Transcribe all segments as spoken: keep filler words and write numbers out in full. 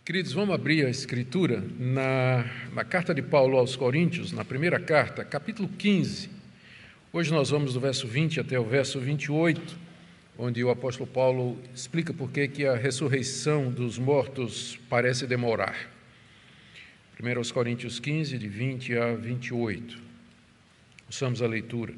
Queridos, vamos abrir a Escritura na, na carta de Paulo aos Coríntios, na primeira carta, capítulo quinze. Hoje nós vamos do verso vinte até o verso vinte e oito, onde o apóstolo Paulo explica por que que a ressurreição dos mortos parece demorar. primeiro aos Coríntios quinze, de vinte a vinte e oito. Ouçamos a leitura.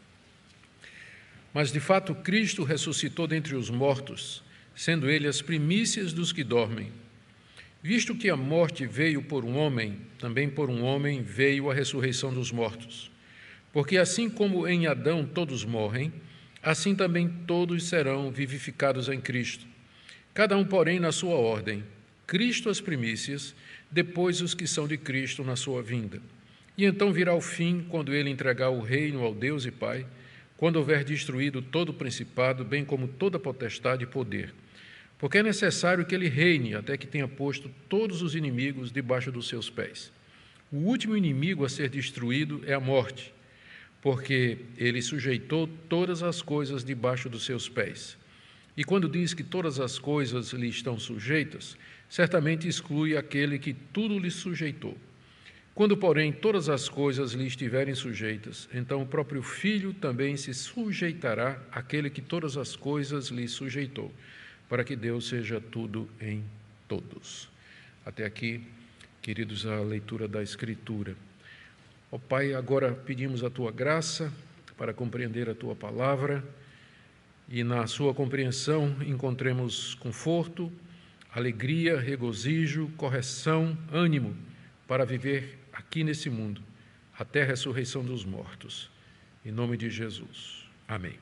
Mas, de fato, Cristo ressuscitou dentre os mortos, sendo ele as primícias dos que dormem. Visto que a morte veio por um homem, também por um homem veio a ressurreição dos mortos. Porque assim como em Adão todos morrem, assim também todos serão vivificados em Cristo. Cada um, porém, na sua ordem. Cristo as primícias, depois os que são de Cristo na sua vinda. E então virá o fim, quando ele entregar o reino ao Deus e Pai, quando houver destruído todo o principado, bem como toda potestade e poder. Porque é necessário que ele reine até que tenha posto todos os inimigos debaixo dos seus pés. O último inimigo a ser destruído é a morte, porque ele sujeitou todas as coisas debaixo dos seus pés. E quando diz que todas as coisas lhe estão sujeitas, certamente exclui aquele que tudo lhe sujeitou. Quando, porém, todas as coisas lhe estiverem sujeitas, então o próprio Filho também se sujeitará àquele que todas as coisas lhe sujeitou, para que Deus seja tudo em todos. Até aqui, queridos, a leitura da Escritura. Ó Pai, agora pedimos a Tua graça para compreender a Tua palavra e na sua compreensão encontremos conforto, alegria, regozijo, correção, ânimo para viver aqui nesse mundo até a ressurreição dos mortos. Em nome de Jesus. Amém.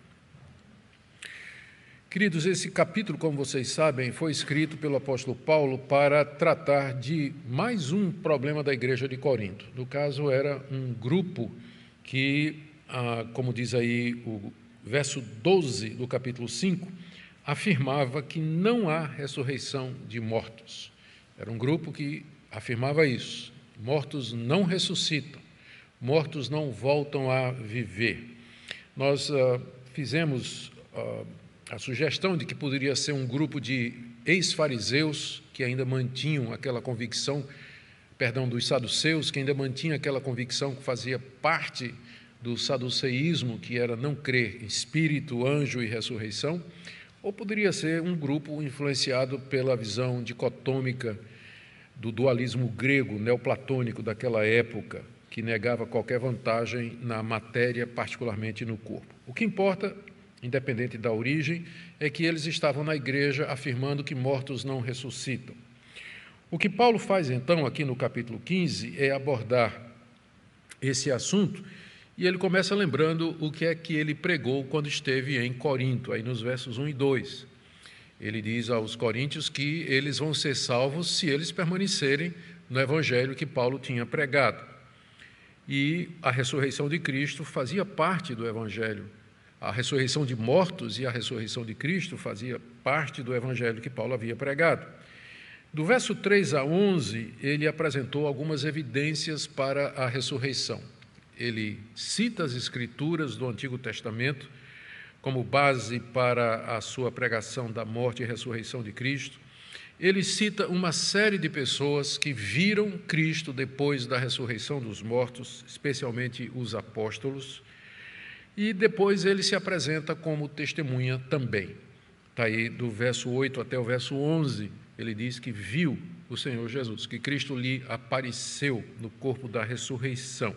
Queridos, esse capítulo, como vocês sabem, foi escrito pelo apóstolo Paulo para tratar de mais um problema da igreja de Corinto. No caso, era um grupo que, ah, como diz aí o verso doze do capítulo cinco, afirmava que não há ressurreição de mortos. Era um grupo que afirmava isso. Mortos não ressuscitam, mortos não voltam a viver. Nós ah, fizemos ah, a sugestão de que poderia ser um grupo de ex-fariseus que ainda mantinham aquela convicção, perdão, dos saduceus, que ainda mantinham aquela convicção que fazia parte do saduceísmo, que era não crer em espírito, anjo e ressurreição, ou poderia ser um grupo influenciado pela visão dicotômica do dualismo grego, neoplatônico daquela época, que negava qualquer vantagem na matéria, particularmente no corpo. O que importa, independente da origem, é que eles estavam na igreja afirmando que mortos não ressuscitam. O que Paulo faz, então, aqui no capítulo quinze, é abordar esse assunto, e ele começa lembrando o que é que ele pregou quando esteve em Corinto, aí nos versos um e dois. Ele diz aos coríntios que eles vão ser salvos se eles permanecerem no evangelho que Paulo tinha pregado. E a ressurreição de Cristo fazia parte do evangelho. A ressurreição de mortos e a ressurreição de Cristo fazia parte do evangelho que Paulo havia pregado. Do verso três a onze, ele apresentou algumas evidências para a ressurreição. Ele cita as Escrituras do Antigo Testamento como base para a sua pregação da morte e ressurreição de Cristo. Ele cita uma série de pessoas que viram Cristo depois da ressurreição dos mortos, especialmente os apóstolos. E depois ele se apresenta como testemunha também. Está aí do verso oito até o verso onze, ele diz que viu o Senhor Jesus, que Cristo lhe apareceu no corpo da ressurreição.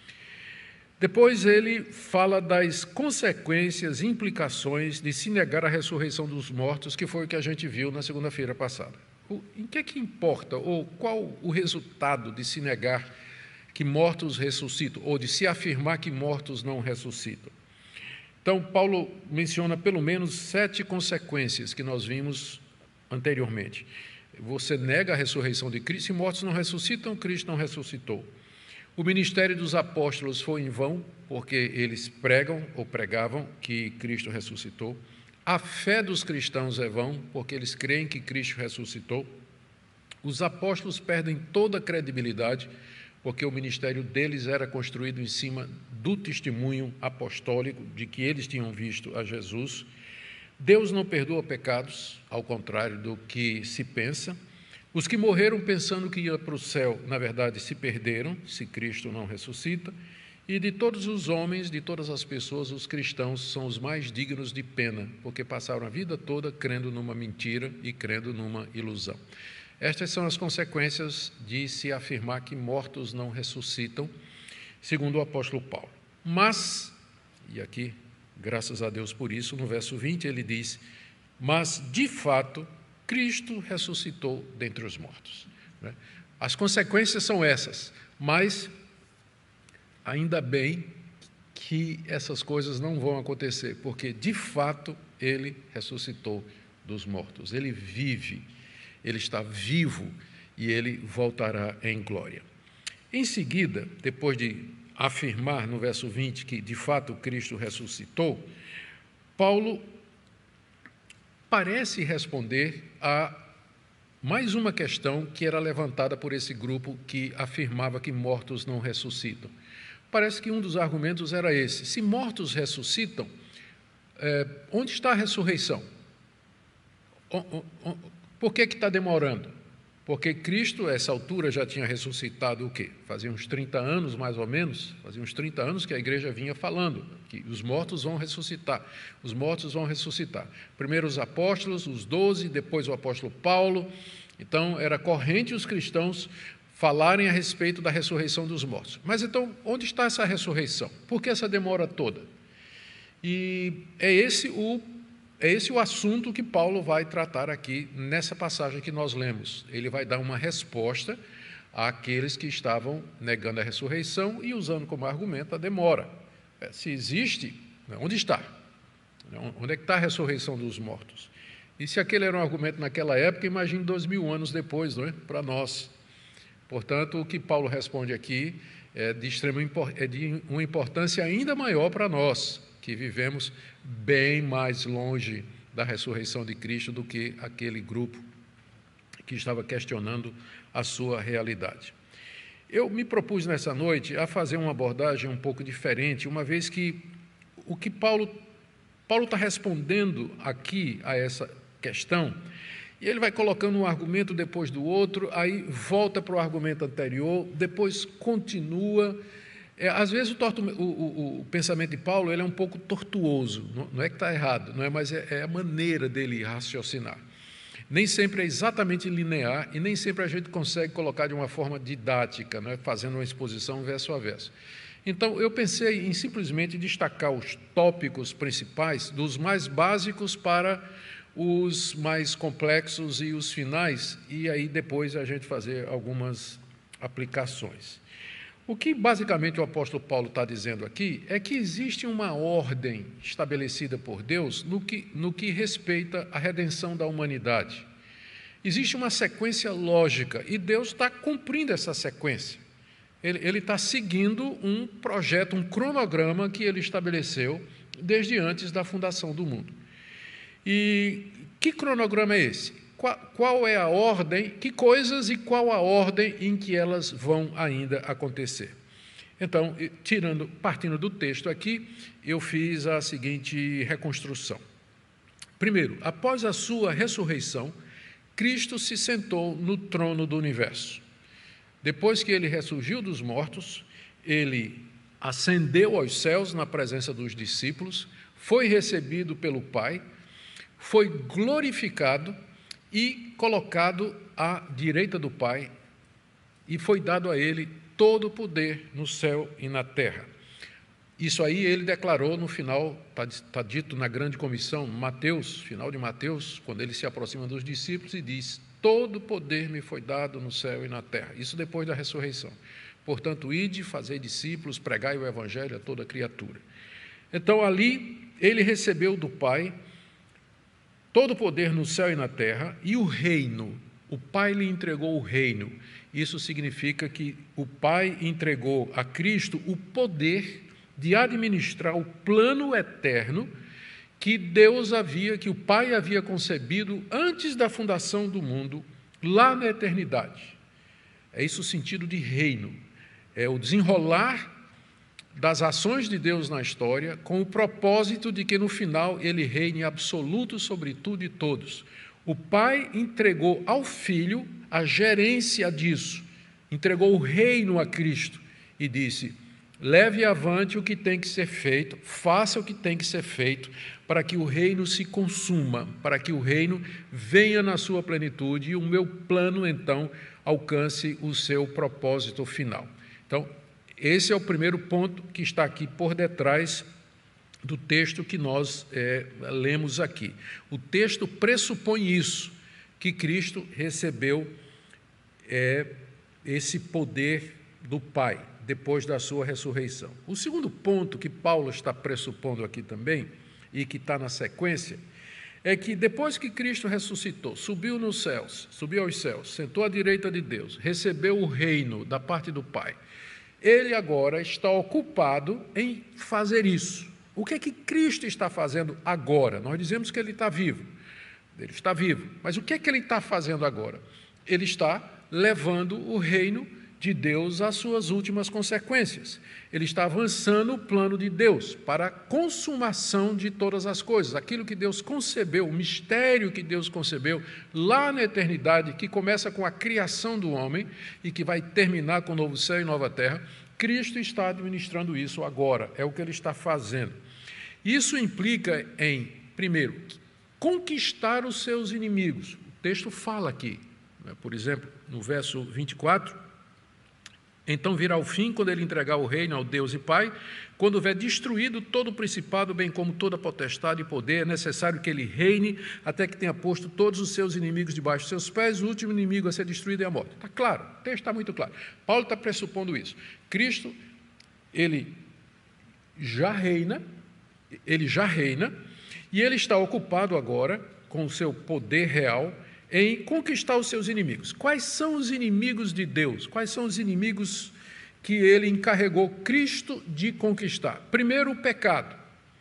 Depois ele fala das consequências e implicações de se negar a ressurreição dos mortos, que foi o que a gente viu na segunda-feira passada. O, em que é que importa, ou qual o resultado de se negar que mortos ressuscitam, ou de se afirmar que mortos não ressuscitam? Então, Paulo menciona pelo menos sete consequências que nós vimos anteriormente. Você nega a ressurreição de Cristo, se mortos não ressuscitam, Cristo não ressuscitou. O ministério dos apóstolos foi em vão, porque eles pregam ou pregavam que Cristo ressuscitou. A fé dos cristãos é vão, porque eles creem que Cristo ressuscitou. Os apóstolos perdem toda a credibilidade, porque o ministério deles era construído em cima do testemunho apostólico de que eles tinham visto a Jesus. Deus não perdoa pecados, ao contrário do que se pensa. Os que morreram pensando que ia para o céu, na verdade, se perderam, se Cristo não ressuscita. E de todos os homens, de todas as pessoas, os cristãos são os mais dignos de pena, porque passaram a vida toda crendo numa mentira e crendo numa ilusão. Estas são as consequências de se afirmar que mortos não ressuscitam, segundo o apóstolo Paulo. Mas, e aqui, graças a Deus por isso, no verso vinte ele diz, mas, de fato, Cristo ressuscitou dentre os mortos. As consequências são essas, mas ainda bem que essas coisas não vão acontecer, porque, de fato, ele ressuscitou dos mortos. Ele vive, ele está vivo e ele voltará em glória. Em seguida, depois de afirmar no verso vinte que, de fato, Cristo ressuscitou, Paulo parece responder a mais uma questão que era levantada por esse grupo que afirmava que mortos não ressuscitam. Parece que um dos argumentos era esse: se mortos ressuscitam, é, onde está a ressurreição? Por que que está demorando? Porque Cristo, a essa altura, já tinha ressuscitado o quê? Fazia uns trinta anos, mais ou menos, fazia uns trinta anos que a igreja vinha falando que os mortos vão ressuscitar, os mortos vão ressuscitar. Primeiro os apóstolos, os doze, depois o apóstolo Paulo. Então, era corrente os cristãos falarem a respeito da ressurreição dos mortos. Mas então, onde está essa ressurreição? Por que essa demora toda? E é esse o, é esse o assunto que Paulo vai tratar aqui nessa passagem que nós lemos. Ele vai dar uma resposta àqueles que estavam negando a ressurreição e usando como argumento a demora. Se existe, onde está? Onde é que está a ressurreição dos mortos? E se aquele era um argumento naquela época, imagine dois mil anos depois, não é? Para nós. Portanto, o que Paulo responde aqui é de, extrema, é de uma importância ainda maior para nós, que vivemos bem mais longe da ressurreição de Cristo do que aquele grupo que estava questionando a sua realidade. Eu me propus nessa noite a fazer uma abordagem um pouco diferente, uma vez que o que Paulo Paulo está respondendo aqui a essa questão, e ele vai colocando um argumento depois do outro, aí volta para o argumento anterior, depois continua. É, às vezes o, torto, o, o, o pensamento de Paulo ele é um pouco tortuoso, não, não é que está errado, não é, mas é, é a maneira dele raciocinar. Nem sempre é exatamente linear e nem sempre a gente consegue colocar de uma forma didática, não é, fazendo uma exposição verso a verso. Então, eu pensei em simplesmente destacar os tópicos principais, dos mais básicos para os mais complexos e os finais, e aí depois a gente fazer algumas aplicações. O que basicamente o apóstolo Paulo está dizendo aqui é que existe uma ordem estabelecida por Deus no que, no que respeita à redenção da humanidade. Existe uma sequência lógica e Deus está cumprindo essa sequência. Ele, ele está seguindo um projeto, um cronograma que ele estabeleceu desde antes da fundação do mundo. E que cronograma é esse? Qual, qual é a ordem, que coisas e qual a ordem em que elas vão ainda acontecer? Então, tirando, partindo do texto aqui, eu fiz a seguinte reconstrução. Primeiro, após a sua ressurreição, Cristo se sentou no trono do universo. Depois que ele ressurgiu dos mortos, ele ascendeu aos céus na presença dos discípulos, foi recebido pelo Pai, foi glorificado e colocado à direita do Pai, e foi dado a ele todo o poder no céu e na terra. Isso aí ele declarou no final, está tá dito na grande comissão, Mateus, final de Mateus, quando ele se aproxima dos discípulos e diz: todo o poder me foi dado no céu e na terra. Isso depois da ressurreição. Portanto, ide, fazei discípulos, pregai o evangelho a toda criatura. Então, ali, ele recebeu do Pai todo o poder no céu e na terra, e o reino, o Pai lhe entregou o reino. Isso significa que o Pai entregou a Cristo o poder de administrar o plano eterno que Deus havia, que o Pai havia concebido antes da fundação do mundo, lá na eternidade. É isso o sentido de reino. É o desenrolar das ações de Deus na história, com o propósito de que, no final, ele reine absoluto sobre tudo e todos. O Pai entregou ao Filho a gerência disso, entregou o reino a Cristo e disse: leve avante o que tem que ser feito, faça o que tem que ser feito, para que o reino se consuma, para que o reino venha na sua plenitude e o meu plano, então, alcance o seu propósito final. Então, esse é o primeiro ponto que está aqui por detrás do texto que nós é, lemos aqui. O texto pressupõe isso, que Cristo recebeu é, esse poder do Pai, depois da sua ressurreição. O segundo ponto que Paulo está pressupondo aqui também, e que está na sequência, é que depois que Cristo ressuscitou, subiu nos céus, subiu aos céus, sentou à direita de Deus, recebeu o reino da parte do Pai, ele agora está ocupado em fazer isso. O que é que Cristo está fazendo agora? Nós dizemos que ele está vivo, ele está vivo, mas o que é que ele está fazendo agora? Ele está levando o reino de Deus às suas últimas consequências. Ele está avançando o plano de Deus para a consumação de todas as coisas. Aquilo que Deus concebeu, o mistério que Deus concebeu lá na eternidade, que começa com a criação do homem e que vai terminar com o novo céu e nova terra, Cristo está administrando isso agora, é o que ele está fazendo. Isso implica em, primeiro, conquistar os seus inimigos. O texto fala aqui, por exemplo, no verso vinte e quatro, então virá o fim, quando ele entregar o reino ao Deus e Pai, quando houver destruído todo o principado, bem como toda potestade e poder, é necessário que ele reine até que tenha posto todos os seus inimigos debaixo de seus pés, o último inimigo a ser destruído é a morte. Está claro, o texto está muito claro. Paulo está pressupondo isso. Cristo, ele já reina, ele já reina, e ele está ocupado agora, com o seu poder real, em conquistar os seus inimigos. Quais são os inimigos de Deus? Quais são os inimigos que ele encarregou Cristo de conquistar? Primeiro, o pecado.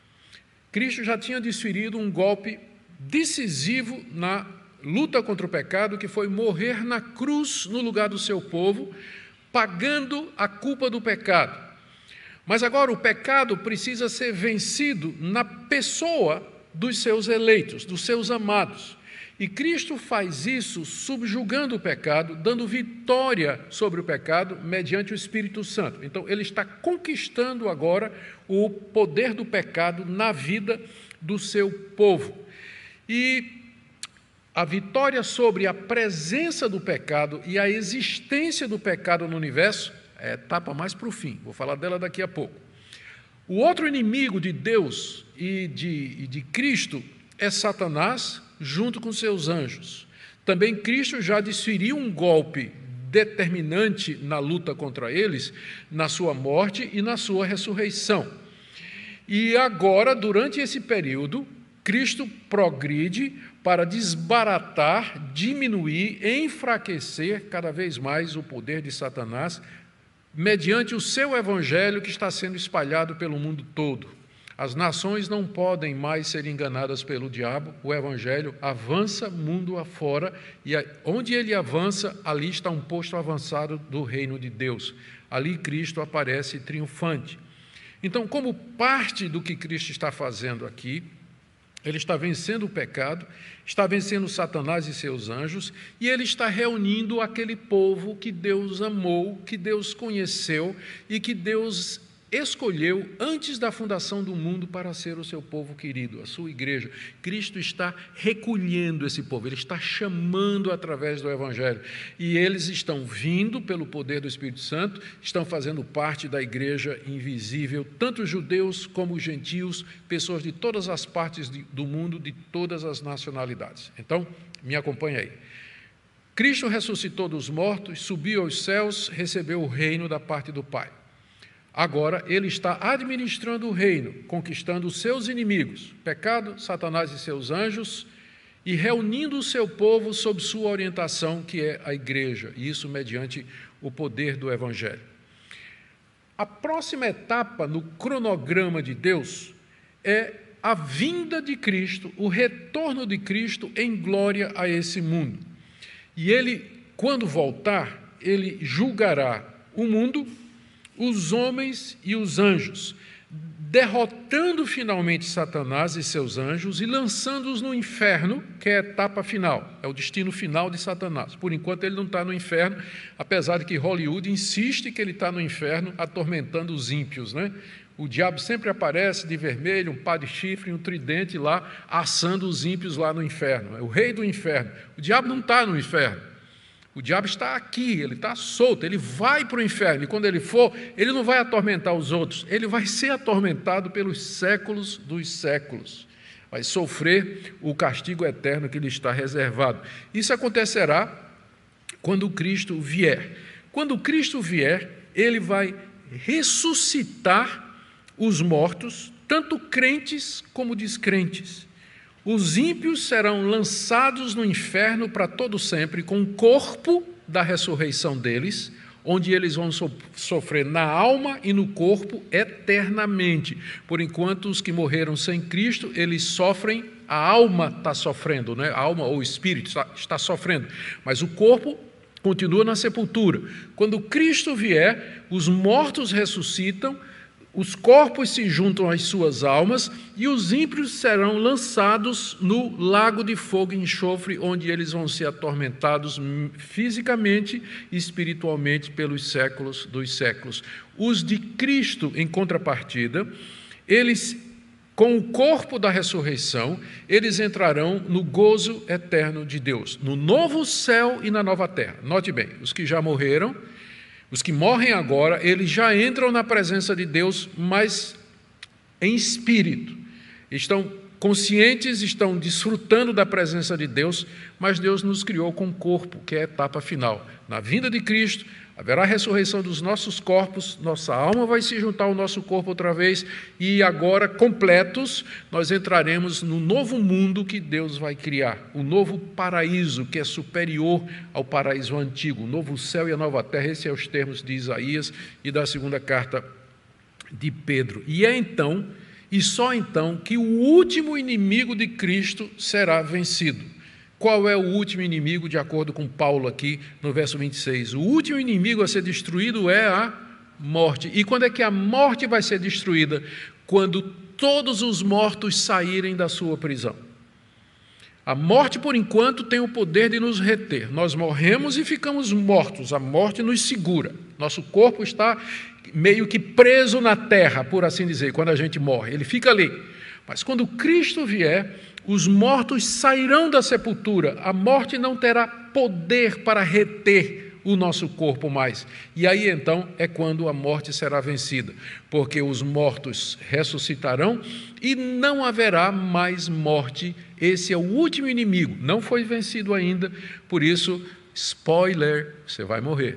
Cristo já tinha desferido um golpe decisivo na luta contra o pecado, que foi morrer na cruz no lugar do seu povo, pagando a culpa do pecado. Mas agora o pecado precisa ser vencido na pessoa dos seus eleitos, dos seus amados. E Cristo faz isso subjugando o pecado, dando vitória sobre o pecado mediante o Espírito Santo. Então, ele está conquistando agora o poder do pecado na vida do seu povo. E a vitória sobre a presença do pecado e a existência do pecado no universo é a etapa mais para o fim. Vou falar dela daqui a pouco. O outro inimigo de Deus e de, e de Cristo é Satanás, junto com seus anjos. Também Cristo já desferiu um golpe determinante na luta contra eles, na sua morte e na sua ressurreição. E agora, durante esse período, Cristo progride para desbaratar, diminuir, enfraquecer cada vez mais o poder de Satanás, mediante o seu evangelho que está sendo espalhado pelo mundo todo. As nações não podem mais ser enganadas pelo diabo, o evangelho avança mundo afora, e onde ele avança, ali está um posto avançado do reino de Deus. Ali Cristo aparece triunfante. Então, como parte do que Cristo está fazendo aqui, ele está vencendo o pecado, está vencendo Satanás e seus anjos, e ele está reunindo aquele povo que Deus amou, que Deus conheceu e que Deus escolheu antes da fundação do mundo para ser o seu povo querido, a sua igreja. Cristo está recolhendo esse povo, ele está chamando através do evangelho, e eles estão vindo pelo poder do Espírito Santo, estão fazendo parte da igreja invisível, tanto judeus como gentios, pessoas de todas as partes do mundo, de todas as nacionalidades. Então, me acompanha aí. Cristo ressuscitou dos mortos, subiu aos céus, recebeu o reino da parte do Pai. Agora, ele está administrando o reino, conquistando os seus inimigos, pecado, Satanás e seus anjos, e reunindo o seu povo sob sua orientação, que é a igreja, e isso mediante o poder do evangelho. A próxima etapa no cronograma de Deus é a vinda de Cristo, o retorno de Cristo em glória a esse mundo. E ele, quando voltar, ele julgará o mundo, os homens e os anjos, derrotando finalmente Satanás e seus anjos e lançando-os no inferno, que é a etapa final, é o destino final de Satanás. Por enquanto ele não está no inferno, apesar de que Hollywood insiste que ele está no inferno atormentando os ímpios, né? O diabo sempre aparece de vermelho, um pá de chifre, um tridente lá, assando os ímpios lá no inferno. É o rei do inferno. O diabo não está no inferno. O diabo está aqui, ele está solto, ele vai para o inferno, e quando ele for, ele não vai atormentar os outros, ele vai ser atormentado pelos séculos dos séculos, vai sofrer o castigo eterno que lhe está reservado. Isso acontecerá quando Cristo vier. Quando Cristo vier, ele vai ressuscitar os mortos, tanto crentes como descrentes. Os ímpios serão lançados no inferno para todo sempre, com o corpo da ressurreição deles, onde eles vão so- sofrer na alma e no corpo eternamente. Por enquanto, os que morreram sem Cristo, eles sofrem, a alma está sofrendo, né? A alma ou o espírito está, está sofrendo, mas o corpo continua na sepultura. Quando Cristo vier, os mortos ressuscitam, os corpos se juntam às suas almas e os ímpios serão lançados no lago de fogo e enxofre, onde eles vão ser atormentados fisicamente e espiritualmente pelos séculos dos séculos. Os de Cristo, em contrapartida, eles, com o corpo da ressurreição, eles entrarão no gozo eterno de Deus, no novo céu e na nova terra. Note bem, os que já morreram, os que morrem agora, eles já entram na presença de Deus, mas em espírito. Estão conscientes, estão desfrutando da presença de Deus, mas Deus nos criou com corpo, que é a etapa final. Na vinda de Cristo, haverá a ressurreição dos nossos corpos, nossa alma vai se juntar ao nosso corpo outra vez, e agora, completos, nós entraremos no novo mundo que Deus vai criar, o novo paraíso, que é superior ao paraíso antigo, o novo céu e a nova terra. Esses são os termos de Isaías e da segunda carta de Pedro. E é então, e só então, que o último inimigo de Cristo será vencido. Qual é o último inimigo, de acordo com Paulo aqui no verso vinte e seis? O último inimigo a ser destruído é a morte. E quando é que a morte vai ser destruída? Quando todos os mortos saírem da sua prisão. A morte, por enquanto, tem o poder de nos reter. Nós morremos e ficamos mortos. A morte nos segura. Nosso corpo está meio que preso na terra, por assim dizer, quando a gente morre. Ele fica ali. Mas quando Cristo vier, os mortos sairão da sepultura. A morte não terá poder para reter o nosso corpo mais. E aí, então, é quando a morte será vencida, porque os mortos ressuscitarão e não haverá mais morte. Esse é o último inimigo. Não foi vencido ainda, por isso, spoiler, você vai morrer.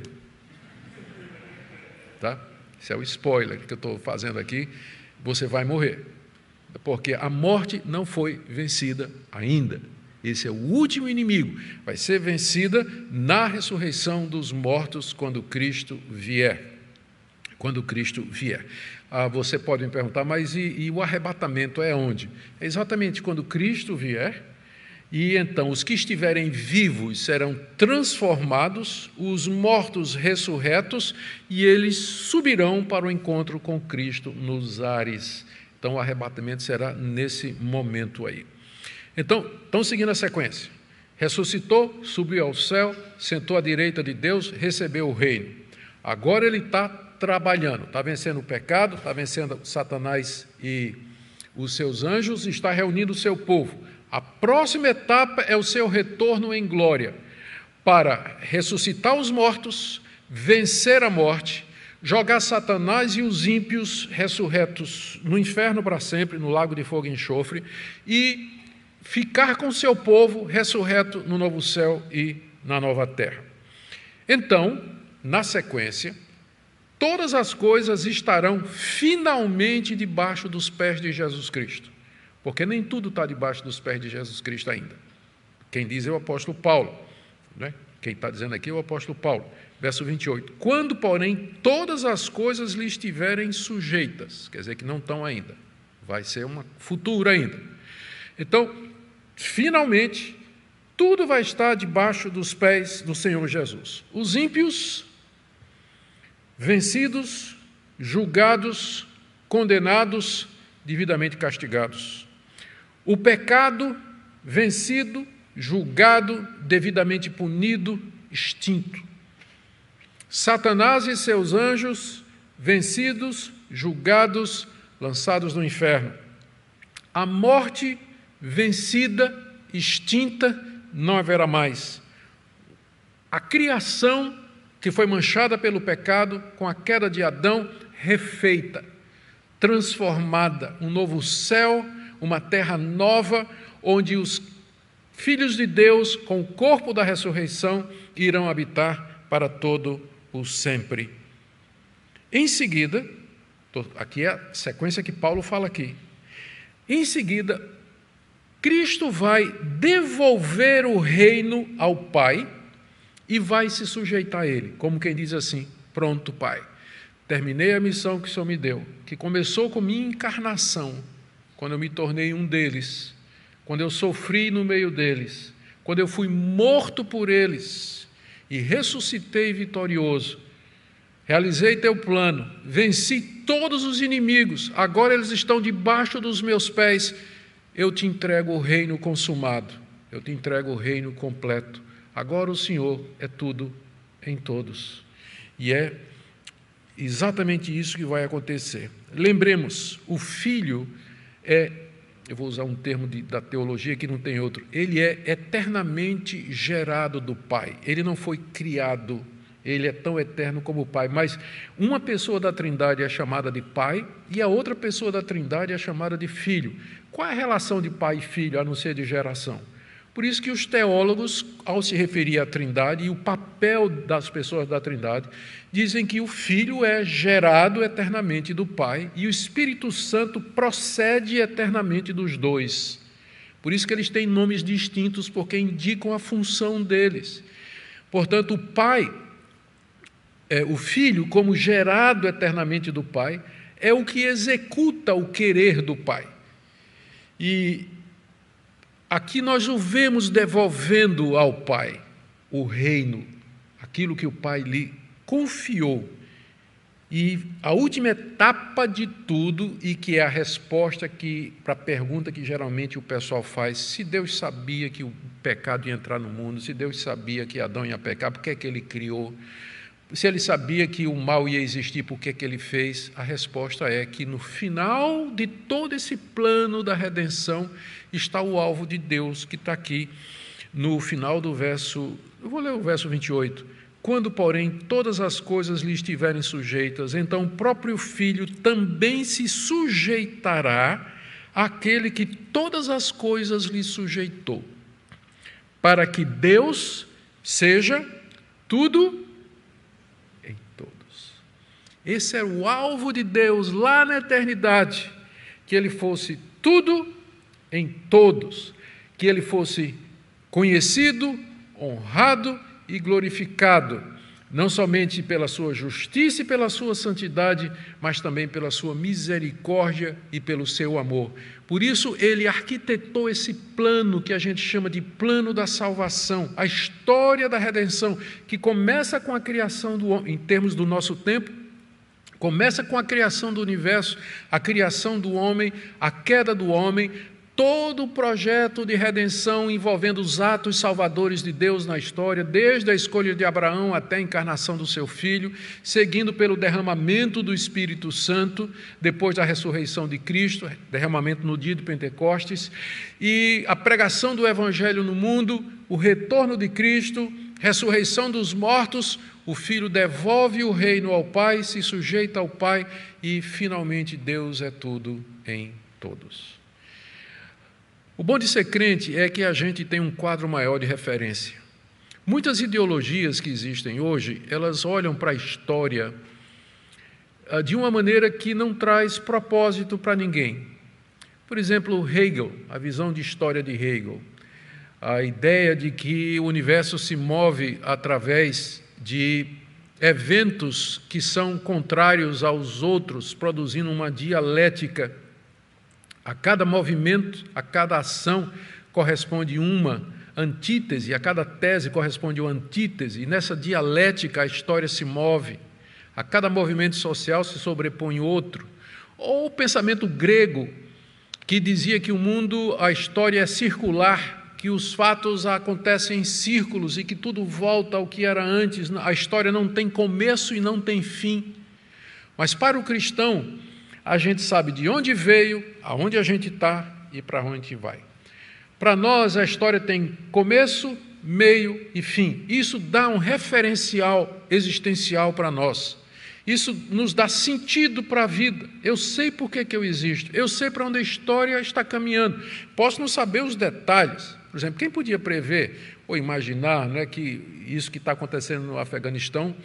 Tá? Esse é o spoiler que eu estou fazendo aqui. Você vai morrer. Porque a morte não foi vencida ainda. Esse é o último inimigo. Vai ser vencida na ressurreição dos mortos, quando Cristo vier. Quando Cristo vier. Ah, você pode me perguntar, mas e, e o arrebatamento é onde? É exatamente quando Cristo vier, e então os que estiverem vivos serão transformados, os mortos ressurretos, e eles subirão para o encontro com Cristo nos ares. Então, o arrebatamento será nesse momento aí. Então, estão seguindo a sequência. Ressuscitou, subiu ao céu, sentou à direita de Deus, recebeu o reino. Agora ele está trabalhando, está vencendo o pecado, está vencendo Satanás e os seus anjos, está reunindo o seu povo. A próxima etapa é o seu retorno em glória, para ressuscitar os mortos, vencer a morte, jogar Satanás e os ímpios ressurretos no inferno para sempre, no lago de fogo e enxofre, e ficar com seu povo ressurreto no novo céu e na nova terra. Então, na sequência, todas as coisas estarão finalmente debaixo dos pés de Jesus Cristo, porque nem tudo está debaixo dos pés de Jesus Cristo ainda. Quem diz é o apóstolo Paulo, né? Quem está dizendo aqui é o apóstolo Paulo. Verso vinte e oito, quando, porém, todas as coisas lhe estiverem sujeitas, quer dizer que não estão ainda, vai ser uma futura ainda. Então, finalmente, tudo vai estar debaixo dos pés do Senhor Jesus. Os ímpios, vencidos, julgados, condenados, devidamente castigados. O pecado vencido, julgado, devidamente punido, extinto. Satanás e seus anjos vencidos, julgados, lançados no inferno. A morte vencida, extinta, não haverá mais. A criação que foi manchada pelo pecado, com a queda de Adão, refeita, transformada, um novo céu, uma terra nova, onde os filhos de Deus, com o corpo da ressurreição, irão habitar para todo o sempre. Em seguida, aqui é a sequência que Paulo fala aqui. Em seguida, Cristo vai devolver o reino ao Pai e vai se sujeitar a Ele, como quem diz assim: pronto, Pai, terminei a missão que o Senhor me deu, que começou com minha encarnação, quando eu me tornei um deles, quando eu sofri no meio deles, quando eu fui morto por eles e ressuscitei vitorioso. Realizei teu plano, venci todos os inimigos, agora eles estão debaixo dos meus pés. Eu te entrego o reino consumado, eu te entrego o reino completo. Agora o Senhor é tudo em todos. E é exatamente isso que vai acontecer. Lembremos, o Filho é, eu vou usar um termo de, da teologia que não tem outro, ele é eternamente gerado do Pai, ele não foi criado. Ele é tão eterno como o Pai, mas uma pessoa da Trindade é chamada de Pai e a outra pessoa da Trindade é chamada de Filho. Qual é a relação de pai e filho, a não ser de geração? Por isso que os teólogos, ao se referir à Trindade e o papel das pessoas da Trindade, dizem que o Filho é gerado eternamente do Pai e o Espírito Santo procede eternamente dos dois. Por isso que eles têm nomes distintos, porque indicam a função deles. Portanto, o Pai... É, o Filho, como gerado eternamente do Pai, é o que executa o querer do Pai. E aqui nós o vemos devolvendo ao Pai o reino, aquilo que o Pai lhe confiou. E a última etapa de tudo, e que é a resposta que, para a pergunta que geralmente o pessoal faz: se Deus sabia que o pecado ia entrar no mundo, se Deus sabia que Adão ia pecar, por que é que ele criou? Se ele sabia que o mal ia existir, por que é que ele fez? A resposta é que no final de todo esse plano da redenção está o alvo de Deus, que está aqui no final do verso, eu vou ler o verso vinte e oito. Quando, porém, todas as coisas lhe estiverem sujeitas, então o próprio Filho também se sujeitará àquele que todas as coisas lhe sujeitou, para que Deus seja tudo em todos. Esse era o alvo de Deus lá na eternidade, que Ele fosse tudo em todos, que Ele fosse conhecido, honrado e glorificado, não somente pela sua justiça e pela sua santidade, mas também pela sua misericórdia e pelo seu amor. Por isso, ele arquitetou esse plano que a gente chama de plano da salvação, a história da redenção, que começa com a criação do homem, em termos do nosso tempo, começa com a criação do universo, a criação do homem, a queda do homem, todo o projeto de redenção envolvendo os atos salvadores de Deus na história, desde a escolha de Abraão até a encarnação do seu filho, seguindo pelo derramamento do Espírito Santo, depois da ressurreição de Cristo, derramamento no dia de Pentecostes, e a pregação do Evangelho no mundo, o retorno de Cristo, ressurreição dos mortos, o Filho devolve o reino ao Pai, se sujeita ao Pai e, finalmente, Deus é tudo em todos. O bom de ser crente é que a gente tem um quadro maior de referência. Muitas ideologias que existem hoje, elas olham para a história de uma maneira que não traz propósito para ninguém. Por exemplo, Hegel, a visão de história de Hegel, a ideia de que o universo se move através de eventos que são contrários aos outros, produzindo uma dialética. A cada movimento, a cada ação corresponde uma antítese, a cada tese corresponde uma antítese, e nessa dialética a história se move. A cada movimento social se sobrepõe outro. Ou o pensamento grego, que dizia que o mundo, a história é circular, que os fatos acontecem em círculos e que tudo volta ao que era antes, a história não tem começo e não tem fim. Mas para o cristão, a gente sabe de onde veio, aonde a gente está e para onde a gente vai. Para nós, a história tem começo, meio e fim. Isso dá um referencial existencial para nós. Isso nos dá sentido para a vida. Eu sei por que, que eu existo. Eu sei para onde a história está caminhando. Posso não saber os detalhes. Por exemplo, quem podia prever ou imaginar, né, que isso que está acontecendo no Afeganistão,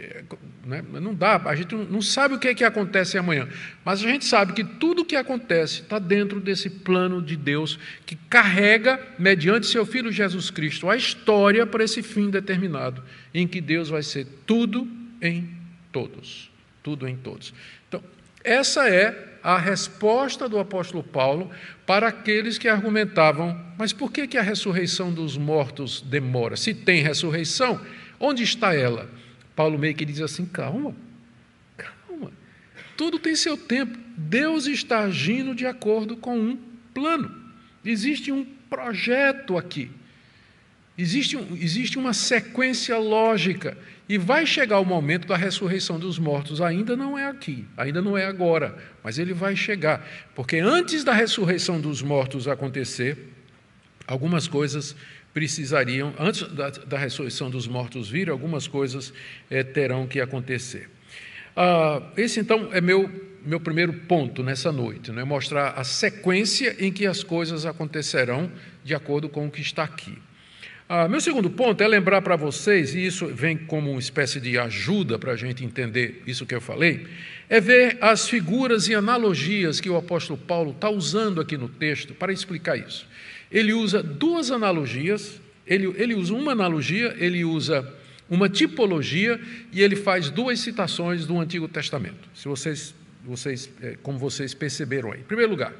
né, não dá, a gente não sabe o que, é que acontece amanhã. Mas a gente sabe que tudo o que acontece está dentro desse plano de Deus que carrega, mediante seu Filho Jesus Cristo, a história para esse fim determinado, em que Deus vai ser tudo em todos, tudo em todos. Então, essa é a resposta do apóstolo Paulo para aqueles que argumentavam, mas por que, que a ressurreição dos mortos demora? Se tem ressurreição, onde está ela? Paulo meio que diz assim, calma, calma, tudo tem seu tempo, Deus está agindo de acordo com um plano, existe um projeto aqui, existe, um, existe uma sequência lógica, e vai chegar o momento da ressurreição dos mortos, ainda não é aqui, ainda não é agora, mas ele vai chegar, porque antes da ressurreição dos mortos acontecer, algumas coisas precisariam, antes da, da ressurreição dos mortos vir, algumas coisas é, terão que acontecer. Ah, esse, então, é meu, meu primeiro ponto nessa noite, né? Mostrar a sequência em que as coisas acontecerão de acordo com o que está aqui. Ah, meu segundo ponto é lembrar para vocês, e isso vem como uma espécie de ajuda para a gente entender isso que eu falei, é ver as figuras e analogias que o apóstolo Paulo está usando aqui no texto para explicar isso. Ele usa duas analogias, ele, ele usa uma analogia, ele usa uma tipologia e ele faz duas citações do Antigo Testamento, se vocês, vocês, como vocês perceberam aí. Em primeiro lugar,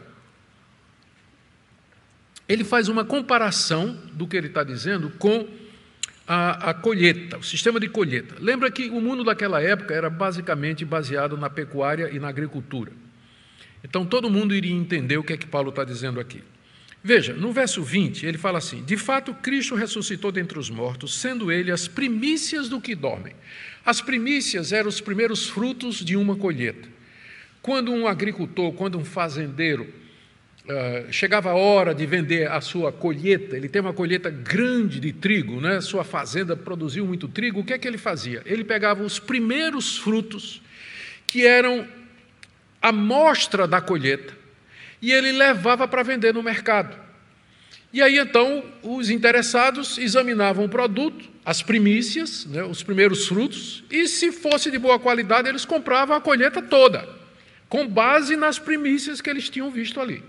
ele faz uma comparação do que ele está dizendo com a, a colheita, o sistema de colheita. Lembra que o mundo daquela época era basicamente baseado na pecuária e na agricultura. Então, todo mundo iria entender o que é que Paulo está dizendo aqui. Veja, no verso vinte, ele fala assim, de fato, Cristo ressuscitou dentre os mortos, sendo ele as primícias do que dormem. As primícias eram os primeiros frutos de uma colheita. Quando um agricultor, quando um fazendeiro, uh, chegava a hora de vender a sua colheita, ele tem uma colheita grande de trigo, né? Sua fazenda produziu muito trigo, o que é que ele fazia? Ele pegava os primeiros frutos, que eram a amostra da colheita, e ele levava para vender no mercado. E aí, então, os interessados examinavam o produto, as primícias, né, os primeiros frutos, e se fosse de boa qualidade, eles compravam a colheita toda, com base nas primícias que eles tinham visto ali.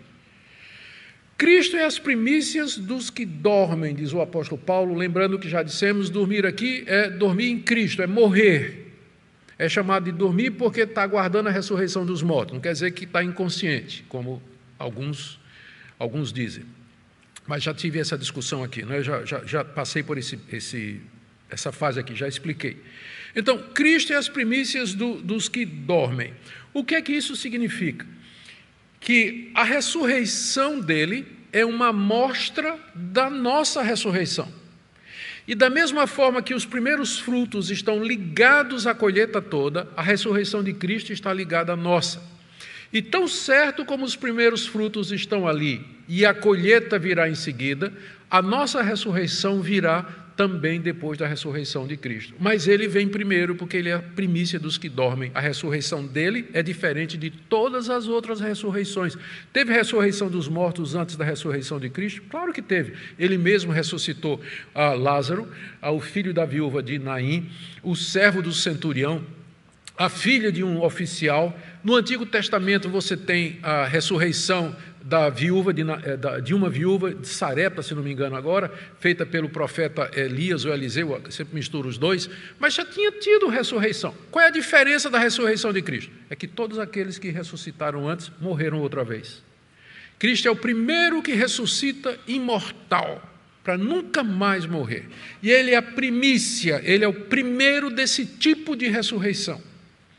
Cristo é as primícias dos que dormem, diz o apóstolo Paulo, lembrando que já dissemos, dormir aqui é dormir em Cristo, é morrer. É chamado de dormir porque está aguardando a ressurreição dos mortos, não quer dizer que está inconsciente, como alguns, alguns dizem. Mas já tive essa discussão aqui, né? já, já, já passei por esse, esse, essa fase aqui, já expliquei. Então, Cristo é as primícias do, dos que dormem. O que é que isso significa? Que a ressurreição dele é uma amostra da nossa ressurreição. E da mesma forma que os primeiros frutos estão ligados à colheita toda, a ressurreição de Cristo está ligada à nossa. E tão certo como os primeiros frutos estão ali e a colheita virá em seguida, a nossa ressurreição virá também depois da ressurreição de Cristo. Mas ele vem primeiro porque ele é a primícia dos que dormem. A ressurreição dele é diferente de todas as outras ressurreições. Teve ressurreição dos mortos antes da ressurreição de Cristo? Claro que teve. Ele mesmo ressuscitou a Lázaro, o filho da viúva de Naim, o servo do centurião, a filha de um oficial. No Antigo Testamento você tem a ressurreição da viúva de, de uma viúva de Sarepta, se não me engano agora, feita pelo profeta Elias ou Eliseu, sempre misturo os dois, mas já tinha tido ressurreição. Qual é a diferença da ressurreição de Cristo? É que todos aqueles que ressuscitaram antes morreram outra vez. Cristo é o primeiro que ressuscita imortal, para nunca mais morrer. E ele é a primícia, ele é o primeiro desse tipo de ressurreição.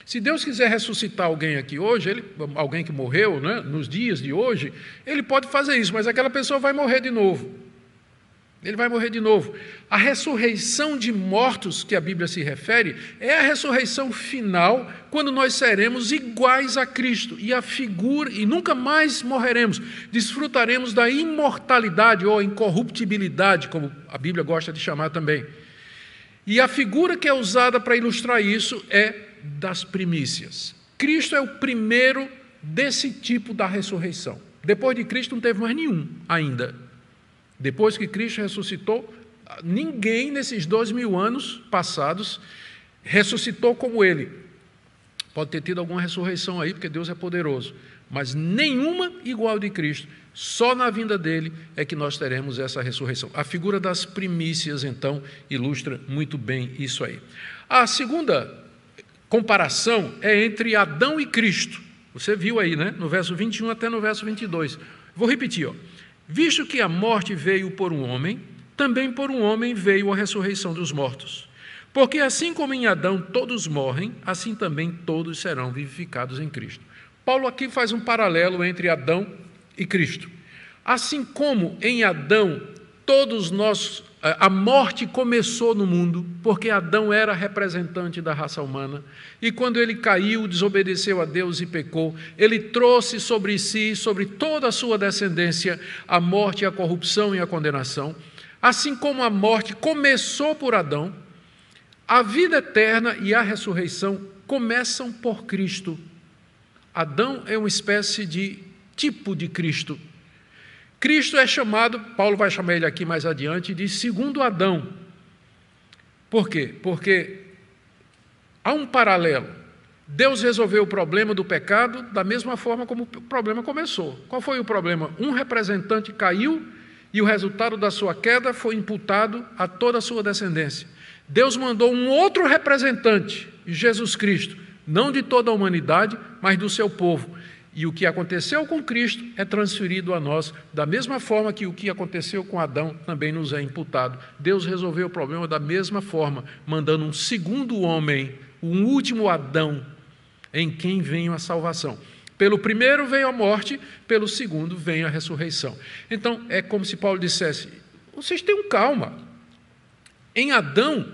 Se Deus quiser ressuscitar alguém aqui hoje, ele, alguém que morreu, né, nos dias de hoje, Ele pode fazer isso, mas aquela pessoa vai morrer de novo. Ele vai morrer de novo. A ressurreição de mortos que a Bíblia se refere é a ressurreição final, quando nós seremos iguais a Cristo e a figura, e nunca mais morreremos. Desfrutaremos da imortalidade ou incorruptibilidade, como a Bíblia gosta de chamar também. E a figura que é usada para ilustrar isso é das primícias. Cristo é o primeiro desse tipo da ressurreição. Depois de Cristo não teve mais nenhum ainda. Depois que Cristo ressuscitou, ninguém nesses dois mil anos passados ressuscitou como Ele. Pode ter tido alguma ressurreição aí, porque Deus é poderoso, mas nenhuma igual de Cristo. Só na vinda dele é que nós teremos essa ressurreição. A figura das primícias, então, ilustra muito bem isso aí. A segunda comparação é entre Adão e Cristo. Você viu aí, né? No verso vinte e um até no verso vinte e dois. Vou repetir, ó. Visto que a morte veio por um homem, também por um homem veio a ressurreição dos mortos. Porque assim como em Adão todos morrem, assim também todos serão vivificados em Cristo. Paulo aqui faz um paralelo entre Adão e Cristo. Assim como em Adão todos nós, a morte começou no mundo, porque Adão era representante da raça humana, e quando ele caiu, desobedeceu a Deus e pecou, ele trouxe sobre si, sobre toda a sua descendência, a morte, a corrupção e a condenação. Assim como a morte começou por Adão, a vida eterna e a ressurreição começam por Cristo. Adão é uma espécie de tipo de Cristo. Cristo é chamado, Paulo vai chamar ele aqui mais adiante, de segundo Adão. Por quê? Porque há um paralelo. Deus resolveu o problema do pecado da mesma forma como o problema começou. Qual foi o problema? Um representante caiu e o resultado da sua queda foi imputado a toda a sua descendência. Deus mandou um outro representante, Jesus Cristo, não de toda a humanidade, mas do seu povo. E o que aconteceu com Cristo é transferido a nós, da mesma forma que o que aconteceu com Adão também nos é imputado. Deus resolveu o problema da mesma forma, mandando um segundo homem, um último Adão, em quem veio a salvação. Pelo primeiro veio a morte, pelo segundo veio a ressurreição. Então, é como se Paulo dissesse, vocês tenham calma. Em Adão,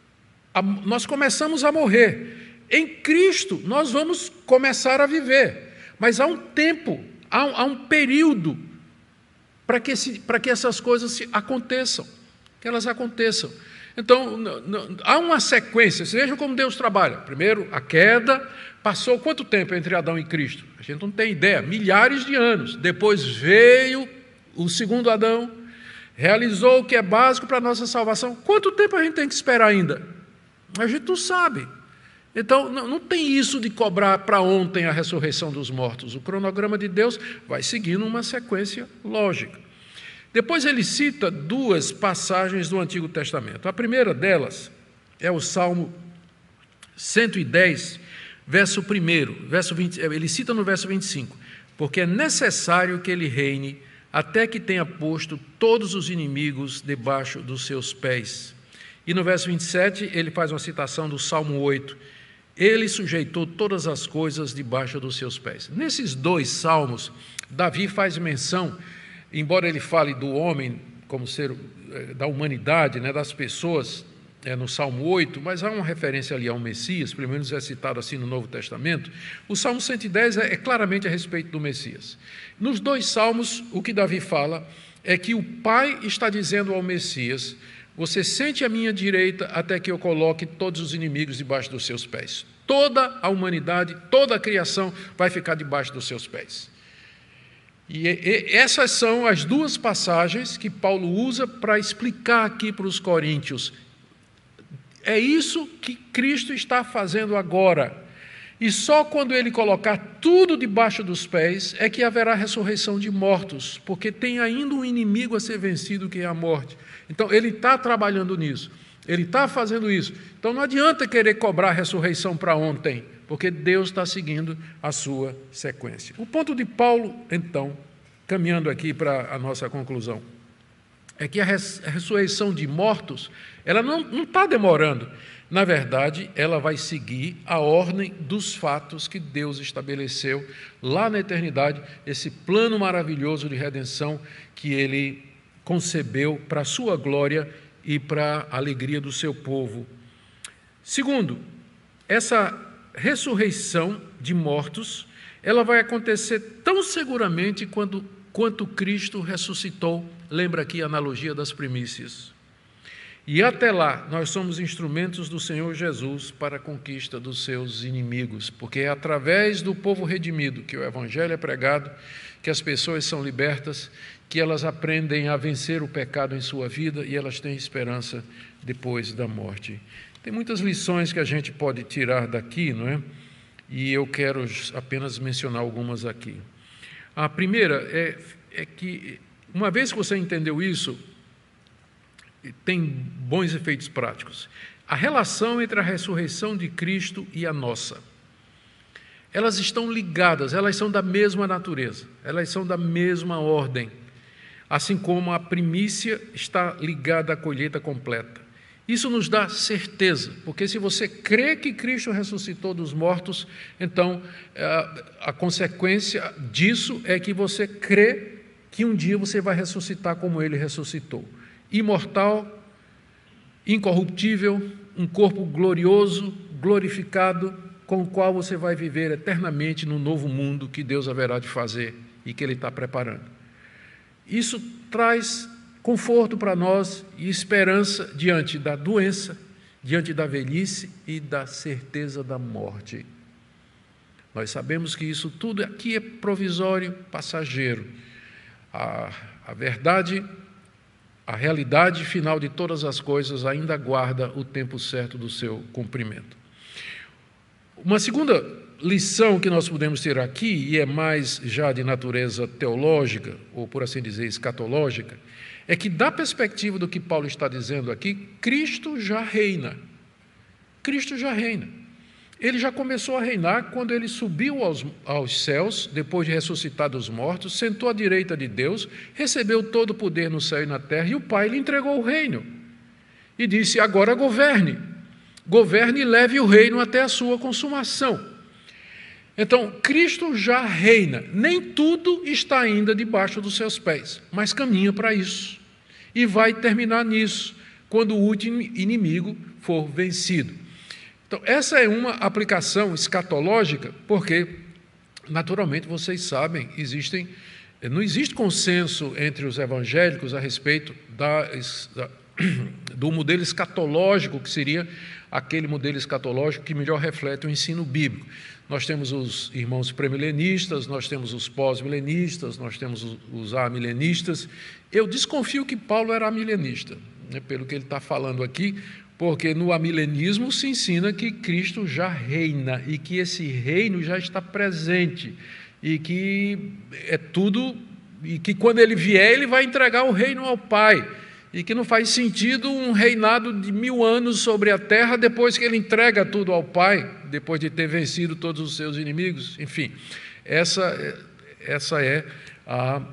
nós começamos a morrer. Em Cristo, nós vamos começar a viver. Mas há um tempo, há um, há um período para que, para que essas coisas se aconteçam, que elas aconteçam. Então, não, não, há uma sequência, veja como Deus trabalha. Primeiro, a queda, passou quanto tempo entre Adão e Cristo? A gente não tem ideia, milhares de anos. Depois veio o segundo Adão, realizou o que é básico para a nossa salvação. Quanto tempo a gente tem que esperar ainda? A gente não sabe. Então, não, não tem isso de cobrar para ontem a ressurreição dos mortos. O cronograma de Deus vai seguindo uma sequência lógica. Depois ele cita duas passagens do Antigo Testamento. A primeira delas é o Salmo cento e dez, verso um, verso vinte, ele cita no verso vinte e cinco, porque é necessário que ele reine até que tenha posto todos os inimigos debaixo dos seus pés. E no verso vinte e sete, ele faz uma citação do Salmo oito, ele sujeitou todas as coisas debaixo dos seus pés. Nesses dois salmos, Davi faz menção, embora ele fale do homem como ser da humanidade, né, das pessoas, é, no Salmo oito, mas há uma referência ali ao Messias, pelo menos é citado assim no Novo Testamento. O Salmo cento e dez é, é claramente a respeito do Messias. Nos dois salmos, o que Davi fala é que o Pai está dizendo ao Messias: você sente à minha direita até que eu coloque todos os inimigos debaixo dos seus pés. Toda a humanidade, toda a criação vai ficar debaixo dos seus pés. E, e essas são as duas passagens que Paulo usa para explicar aqui para os coríntios. É isso que Cristo está fazendo agora. E só quando ele colocar tudo debaixo dos pés é que haverá ressurreição de mortos, porque tem ainda um inimigo a ser vencido, que é a morte. Então, ele está trabalhando nisso, ele está fazendo isso. Então, não adianta querer cobrar a ressurreição para ontem, porque Deus está seguindo a sua sequência. O ponto de Paulo, então, caminhando aqui para a nossa conclusão, é que a ressurreição de mortos, ela não está demorando. Na verdade, ela vai seguir a ordem dos fatos que Deus estabeleceu lá na eternidade, esse plano maravilhoso de redenção que Ele concebeu para a sua glória e para a alegria do seu povo. Segundo, essa ressurreição de mortos, ela vai acontecer tão seguramente quando, quanto Cristo ressuscitou. Lembra aqui a analogia das primícias. E até lá, nós somos instrumentos do Senhor Jesus para a conquista dos seus inimigos, porque é através do povo redimido que o Evangelho é pregado, que as pessoas são libertas, que elas aprendem a vencer o pecado em sua vida e elas têm esperança depois da morte. Tem muitas lições que a gente pode tirar daqui, não é? E eu quero apenas mencionar algumas aqui. A primeira é, é que, uma vez que você entendeu isso, tem bons efeitos práticos. A relação entre a ressurreição de Cristo e a nossa. Elas estão ligadas, elas são da mesma natureza, elas são da mesma ordem, assim como a primícia está ligada à colheita completa. Isso nos dá certeza, porque se você crê que Cristo ressuscitou dos mortos, então a consequência disso é que você crê que um dia você vai ressuscitar como Ele ressuscitou. Imortal, incorruptível, um corpo glorioso, glorificado, com o qual você vai viver eternamente no novo mundo que Deus haverá de fazer e que Ele está preparando. Isso traz conforto para nós e esperança diante da doença, diante da velhice e da certeza da morte. Nós sabemos que isso tudo aqui é provisório, passageiro. A, a verdade, a realidade final de todas as coisas ainda aguarda o tempo certo do seu cumprimento. Uma segunda lição que nós podemos ter aqui, e é mais já de natureza teológica, ou por assim dizer, escatológica, é que, da perspectiva do que Paulo está dizendo aqui, Cristo já reina. Cristo já reina. Ele já começou a reinar quando ele subiu aos, aos céus, depois de ressuscitar dos mortos, sentou à direita de Deus, recebeu todo o poder no céu e na terra, e o Pai lhe entregou o reino. E disse, agora governe. Governe e leve o reino até a sua consumação. Então, Cristo já reina. Nem tudo está ainda debaixo dos seus pés, mas caminha para isso. E vai terminar nisso, quando o último inimigo for vencido. Então, essa é uma aplicação escatológica, porque, naturalmente, vocês sabem, existem, não existe consenso entre os evangélicos a respeito da, da, do modelo escatológico, que seria aquele modelo escatológico que melhor reflete o ensino bíblico. Nós temos os irmãos pré-milenistas, nós temos os pós-milenistas, nós temos os amilenistas. Eu desconfio que Paulo era amilenista, né, pelo que ele está falando aqui, porque no amilenismo se ensina que Cristo já reina e que esse reino já está presente e que é tudo, e que quando ele vier ele vai entregar o reino ao Pai. E que não faz sentido um reinado de mil anos sobre a terra depois que ele entrega tudo ao Pai, depois de ter vencido todos os seus inimigos. Enfim, essa, essa é a,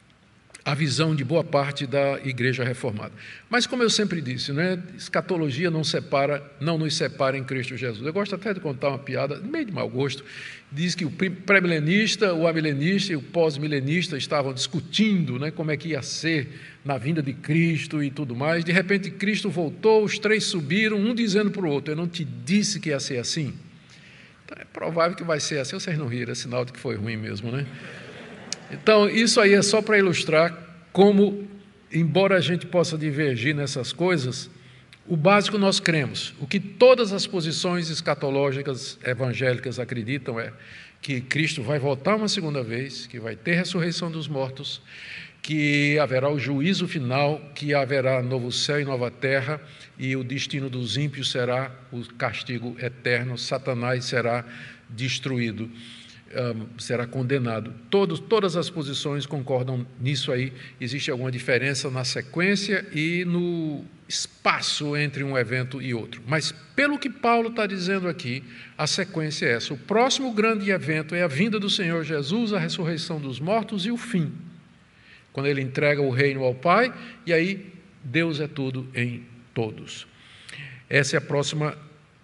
a visão de boa parte da Igreja Reformada. Mas, como eu sempre disse, né, escatologia não, separa, não nos separa em Cristo Jesus. Eu gosto até de contar uma piada, meio de mau gosto. Diz que o pré-milenista, o amilenista e o pós-milenista estavam discutindo, né, como é que ia ser na vinda de Cristo e tudo mais. De repente, Cristo voltou, os três subiram, um dizendo para o outro, eu não te disse que ia ser assim? Então, é provável que vai ser assim. Vocês não riram, é sinal de que foi ruim mesmo, né? Então, isso aí é só para ilustrar como, embora a gente possa divergir nessas coisas, o básico nós cremos. O que todas as posições escatológicas evangélicas acreditam é que Cristo vai voltar uma segunda vez, que vai ter ressurreição dos mortos, que haverá o juízo final, que haverá novo céu e nova terra, e o destino dos ímpios será o castigo eterno, Satanás será destruído, um, será condenado. Todos, todas as posições concordam nisso aí. Existe alguma diferença na sequência e no espaço entre um evento e outro. Mas, pelo que Paulo está dizendo aqui, a sequência é essa. O próximo grande evento é a vinda do Senhor Jesus, a ressurreição dos mortos e o fim, quando ele entrega o reino ao Pai, e aí Deus é tudo em todos. Essa é a próxima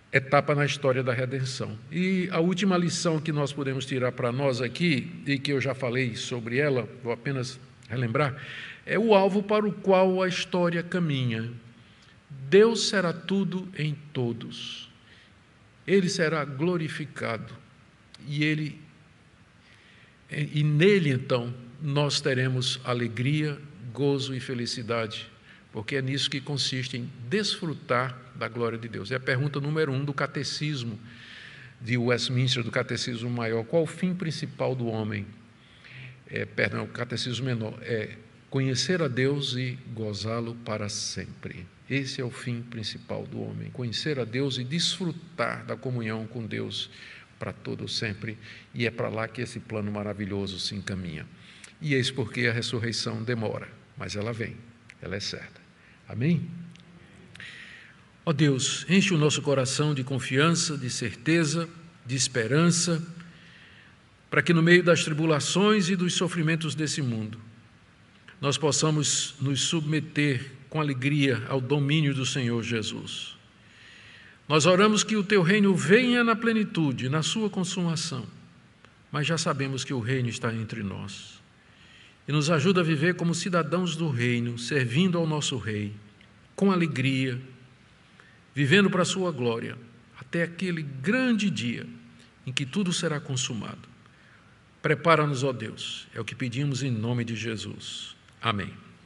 etapa na história da redenção. E a última lição que nós podemos tirar para nós aqui, e que eu já falei sobre ela, vou apenas relembrar, é o alvo para o qual a história caminha. Deus será tudo em todos. Ele será glorificado. E, ele, e nele, então, nós teremos alegria, gozo e felicidade, porque é nisso que consiste em desfrutar da glória de Deus. É a pergunta número um do catecismo de Westminster, do catecismo maior. Qual o fim principal do homem? É, perdão, o catecismo menor. É conhecer a Deus e gozá-lo para sempre. Esse é o fim principal do homem. Conhecer a Deus e desfrutar da comunhão com Deus para todo sempre. E é para lá que esse plano maravilhoso se encaminha. E eis porque a ressurreição demora, mas ela vem, ela é certa. Amém? Ó Deus, enche o nosso coração de confiança, de certeza, de esperança, para que no meio das tribulações e dos sofrimentos desse mundo, nós possamos nos submeter com alegria ao domínio do Senhor Jesus. Nós oramos que o Teu reino venha na plenitude, na sua consumação, mas já sabemos que o reino está entre nós. E nos ajuda a viver como cidadãos do reino, servindo ao nosso Rei, com alegria, vivendo para a sua glória, até aquele grande dia em que tudo será consumado. Prepara-nos, ó Deus, é o que pedimos em nome de Jesus. Amém.